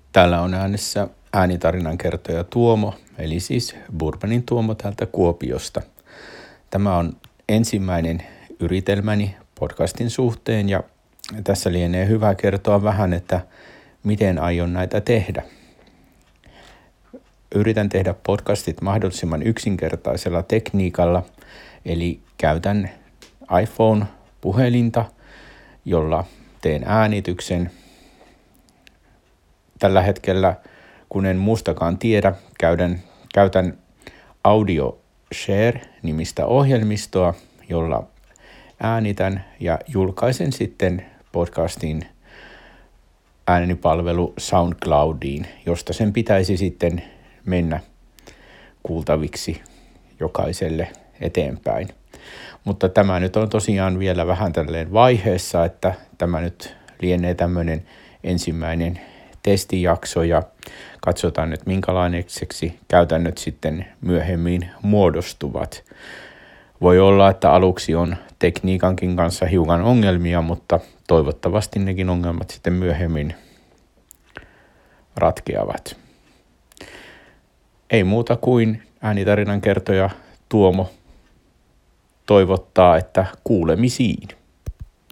Täällä on äänessä äänitarinan kertoja Tuomo, eli siis Burbanin Tuomo täältä Kuopiosta. Tämä on ensimmäinen yritelmäni podcastin suhteen ja tässä lienee hyvä kertoa vähän, että miten aion näitä tehdä. Yritän tehdä podcastit mahdollisimman yksinkertaisella tekniikalla, eli käytän iPhone-puhelinta, jolla teen äänityksen. Tällä hetkellä, kun en muustakaan tiedä, käytän AudioShare-nimistä ohjelmistoa, jolla äänitän ja julkaisen sitten podcastin äänipalvelu SoundCloudiin, josta sen pitäisi sitten mennä kuultaviksi jokaiselle eteenpäin. Mutta tämä nyt on tosiaan vielä vähän tälleen vaiheessa, että tämä nyt lienee tämmöinen ensimmäinen testijakso ja katsotaan nyt minkälaiseksi käytännöt sitten myöhemmin muodostuvat. Voi olla, että aluksi on tekniikankin kanssa hiukan ongelmia, mutta toivottavasti nekin ongelmat sitten myöhemmin ratkeavat. Ei muuta kuin äänitarinan kertoja Tuomo toivottaa, että kuulemisiin.